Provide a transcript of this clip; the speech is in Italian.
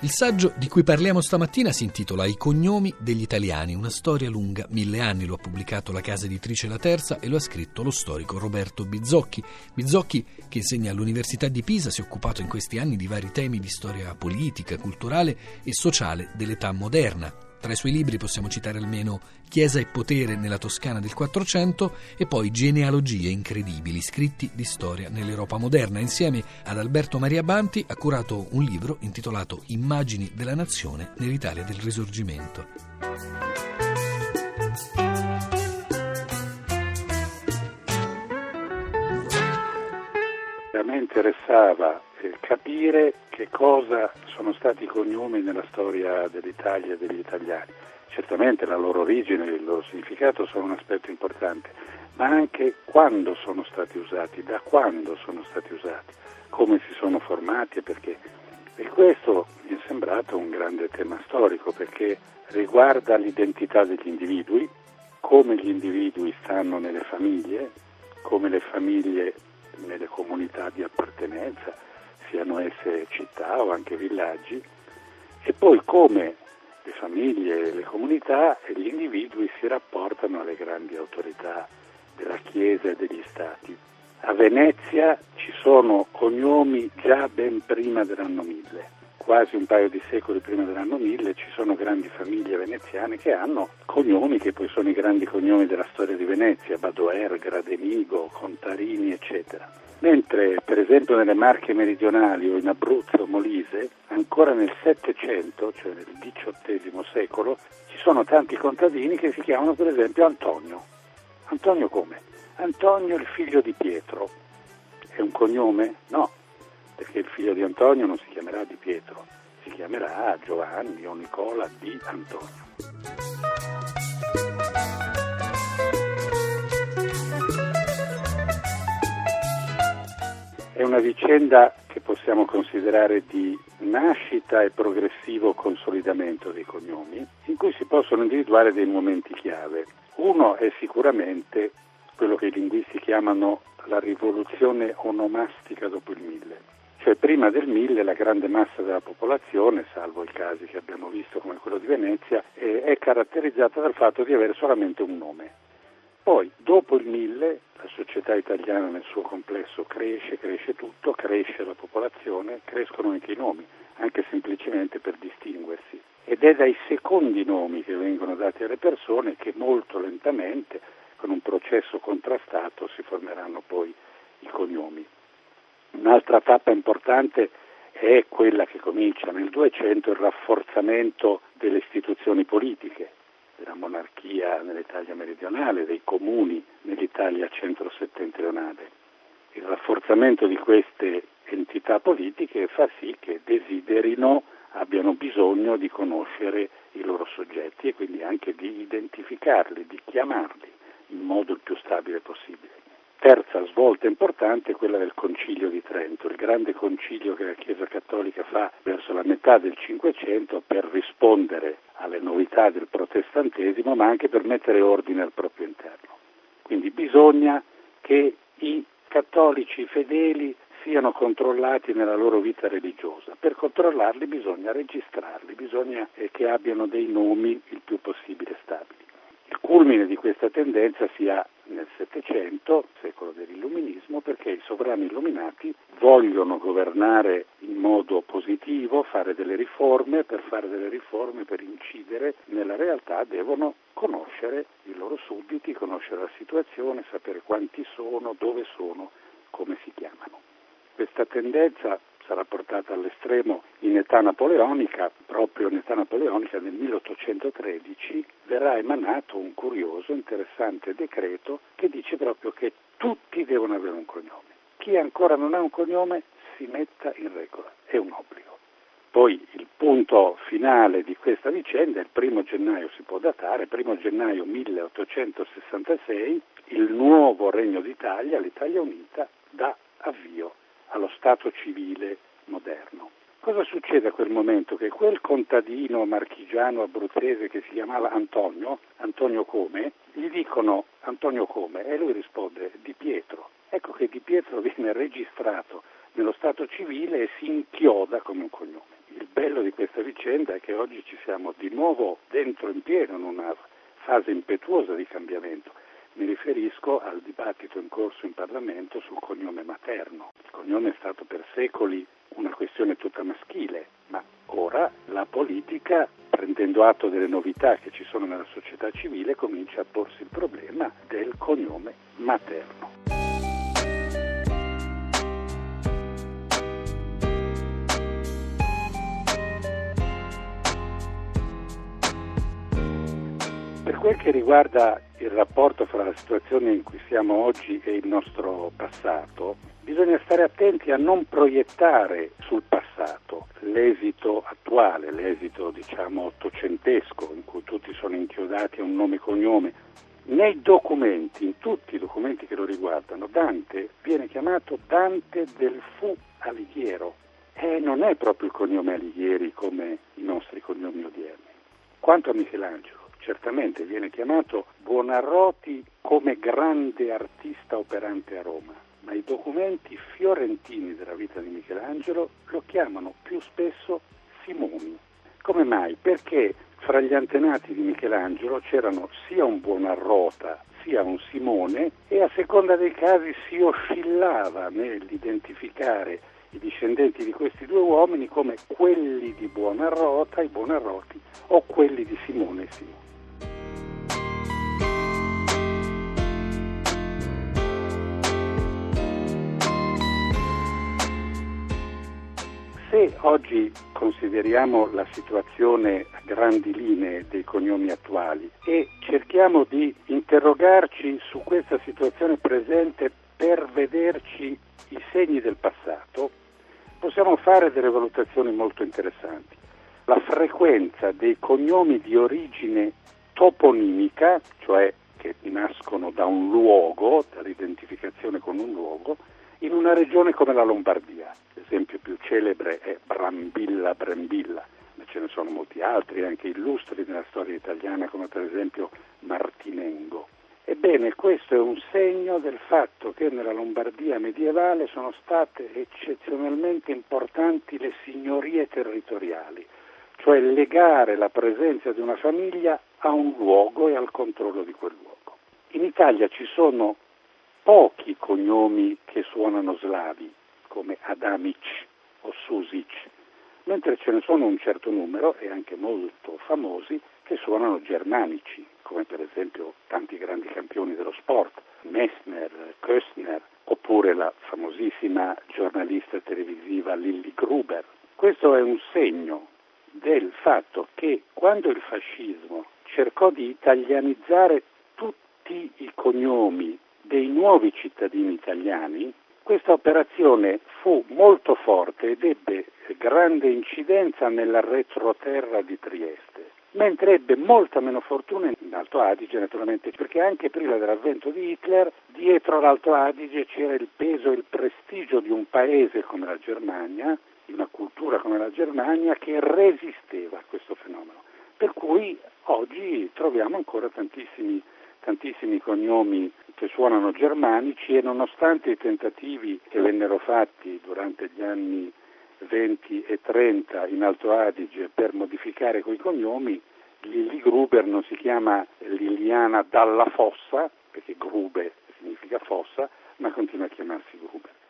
Il saggio di cui parliamo stamattina si intitola I cognomi degli italiani, una storia lunga 1000 anni. Lo ha pubblicato la casa editrice La Terza e lo ha scritto lo storico Roberto Bizzocchi. Bizzocchi, che insegna all'Università di Pisa, si è occupato in questi anni di vari temi di storia politica, culturale e sociale dell'età moderna. Tra i suoi libri possiamo citare almeno Chiesa e potere nella Toscana del Quattrocento e poi Genealogie incredibili, scritti di storia nell'Europa moderna. Insieme ad Alberto Maria Banti ha curato un libro intitolato Immagini della nazione nell'Italia del Risorgimento. A me interessava capire che cosa sono stati i cognomi nella storia dell'Italia e degli italiani. Certamente la loro origine e il loro significato sono un aspetto importante, ma anche quando sono stati usati, da quando sono stati usati, come si sono formati e perché. E questo mi è sembrato un grande tema storico, perché riguarda l'identità degli individui, come gli individui stanno nelle famiglie, come le famiglie nelle comunità di appartenenza, siano esse città o anche villaggi, e poi come le famiglie, le comunità e gli individui si rapportano alle grandi autorità della Chiesa e degli Stati. A Venezia ci sono cognomi già ben prima dell'anno 1000. Quasi un paio di secoli prima dell'anno 1000 ci sono grandi famiglie veneziane che hanno cognomi che poi sono i grandi cognomi della storia di Venezia, Badoer, Gradenigo, Contarini, eccetera. Mentre per esempio nelle Marche meridionali o in Abruzzo, Molise, ancora nel Settecento, cioè nel XVIII secolo, ci sono tanti contadini che si chiamano per esempio Antonio. Antonio come? Antonio il figlio di Pietro. È un cognome? No. Perché il figlio di Antonio non si chiamerà Di Pietro, si chiamerà Giovanni o Nicola di Antonio. È una vicenda che possiamo considerare di nascita e progressivo consolidamento dei cognomi, in cui si possono individuare dei momenti chiave. Uno è sicuramente quello che i linguisti chiamano la rivoluzione onomastica dopo il 1000. Cioè prima del 1000 la grande massa della popolazione, salvo i casi che abbiamo visto come quello di Venezia, è caratterizzata dal fatto di avere solamente un nome. Poi dopo il 1000 la società italiana nel suo complesso cresce tutto, cresce la popolazione, crescono anche i nomi, anche semplicemente per distinguersi. Ed è dai secondi nomi che vengono dati alle persone che molto lentamente, con un processo contrastato, si formeranno poi i cognomi. Un'altra tappa importante è quella che comincia nel 200, il rafforzamento delle istituzioni politiche, della monarchia nell'Italia meridionale, dei comuni nell'Italia centro-settentrionale. Il rafforzamento di queste entità politiche fa sì che desiderino, abbiano bisogno di conoscere i loro soggetti e quindi anche di identificarli, di chiamarli in modo il più stabile possibile. Terza svolta importante è quella del Concilio di Trento, il grande concilio che la Chiesa Cattolica fa verso la metà del Cinquecento per rispondere alle novità del protestantesimo, ma anche per mettere ordine al proprio interno. Quindi bisogna che i cattolici fedeli siano controllati nella loro vita religiosa. Per controllarli bisogna registrarli, bisogna che abbiano dei nomi il più possibile stabili. Il culmine di questa tendenza si ha nel Settecento, secolo dell'Illuminismo, perché i sovrani illuminati vogliono governare in modo positivo, fare delle riforme, per fare delle riforme, per incidere nella realtà devono conoscere i loro sudditi, conoscere la situazione, sapere quanti sono, dove sono, come si chiamano. Questa tendenza sarà portata all'estremo in età napoleonica. Proprio in età napoleonica nel 1813 verrà emanato un curioso, interessante decreto che dice proprio che tutti devono avere un cognome. Chi ancora non ha un cognome si metta in regola, è un obbligo. Poi il punto finale di questa vicenda, il 1 gennaio si può datare, 1 gennaio 1866, il nuovo Regno d'Italia, l'Italia Unita, dà avvio allo Stato civile moderno. Cosa succede a quel momento? Che quel contadino marchigiano abruzzese che si chiamava Antonio come, gli dicono Antonio come e lui risponde Di Pietro. Ecco che Di Pietro viene registrato nello Stato civile e si inchioda come un cognome. Il bello di questa vicenda è che oggi ci siamo di nuovo dentro in pieno in una fase impetuosa di cambiamento. Mi riferisco al dibattito in corso in Parlamento sul cognome materno. Il cognome è stato per secoli una questione tutta maschile, ma ora la politica, prendendo atto delle novità che ci sono nella società civile, comincia a porsi il problema del cognome materno. Per quel che riguarda il rapporto fra la situazione in cui siamo oggi e il nostro passato, bisogna stare attenti a non proiettare sul passato l'esito attuale, l'esito ottocentesco, in cui tutti sono inchiodati a un nome e cognome. Nei documenti, in tutti i documenti che lo riguardano, Dante viene chiamato Dante del Fu Alighiero e non è proprio il cognome Alighieri come i nostri cognomi odierni. Quanto a Michelangelo, certamente viene chiamato Buonarroti come grande artista operante a Roma, ma i documenti fiorentini della vita di Michelangelo lo chiamano più spesso Simoni. Come mai? Perché fra gli antenati di Michelangelo c'erano sia un Buonarrota sia un Simone e a seconda dei casi si oscillava nell'identificare i discendenti di questi due uomini come quelli di Buonarrota, i Buonarroti, o quelli di Simone e Simone. Se oggi consideriamo la situazione a grandi linee dei cognomi attuali e cerchiamo di interrogarci su questa situazione presente per vederci i segni del passato, possiamo fare delle valutazioni molto interessanti. La frequenza dei cognomi di origine toponimica, cioè che nascono da un luogo, dall'identificazione con un luogo, in una regione come la Lombardia. L'esempio più celebre è Brambilla, ma ce ne sono molti altri, anche illustri nella storia italiana, come per esempio Martinengo. Ebbene, questo è un segno del fatto che nella Lombardia medievale sono state eccezionalmente importanti le signorie territoriali, cioè legare la presenza di una famiglia a un luogo e al controllo di quel luogo. In Italia ci sono pochi cognomi che suonano slavi, come Adamic o Susic, mentre ce ne sono un certo numero, e anche molto famosi, che suonano germanici, come per esempio tanti grandi campioni dello sport, Messner, Köstner, oppure la famosissima giornalista televisiva Lilli Gruber. Questo è un segno del fatto che quando il fascismo cercò di italianizzare tutti i cognomi dei nuovi cittadini italiani, questa operazione fu molto forte ed ebbe grande incidenza nella retroterra di Trieste, mentre ebbe molta meno fortuna in Alto Adige, naturalmente, perché anche prima dell'avvento di Hitler, dietro l'Alto Adige c'era il peso e il prestigio di un paese come la Germania, di una cultura come la Germania, che resisteva a questo fenomeno. Per cui oggi troviamo ancora tantissimi cognomi che suonano germanici e nonostante i tentativi che vennero fatti durante gli anni 20 e 30 in Alto Adige per modificare quei cognomi, Lilli Gruber non si chiama Liliana Dalla Fossa, perché Grube significa fossa, ma continua a chiamarsi Gruber.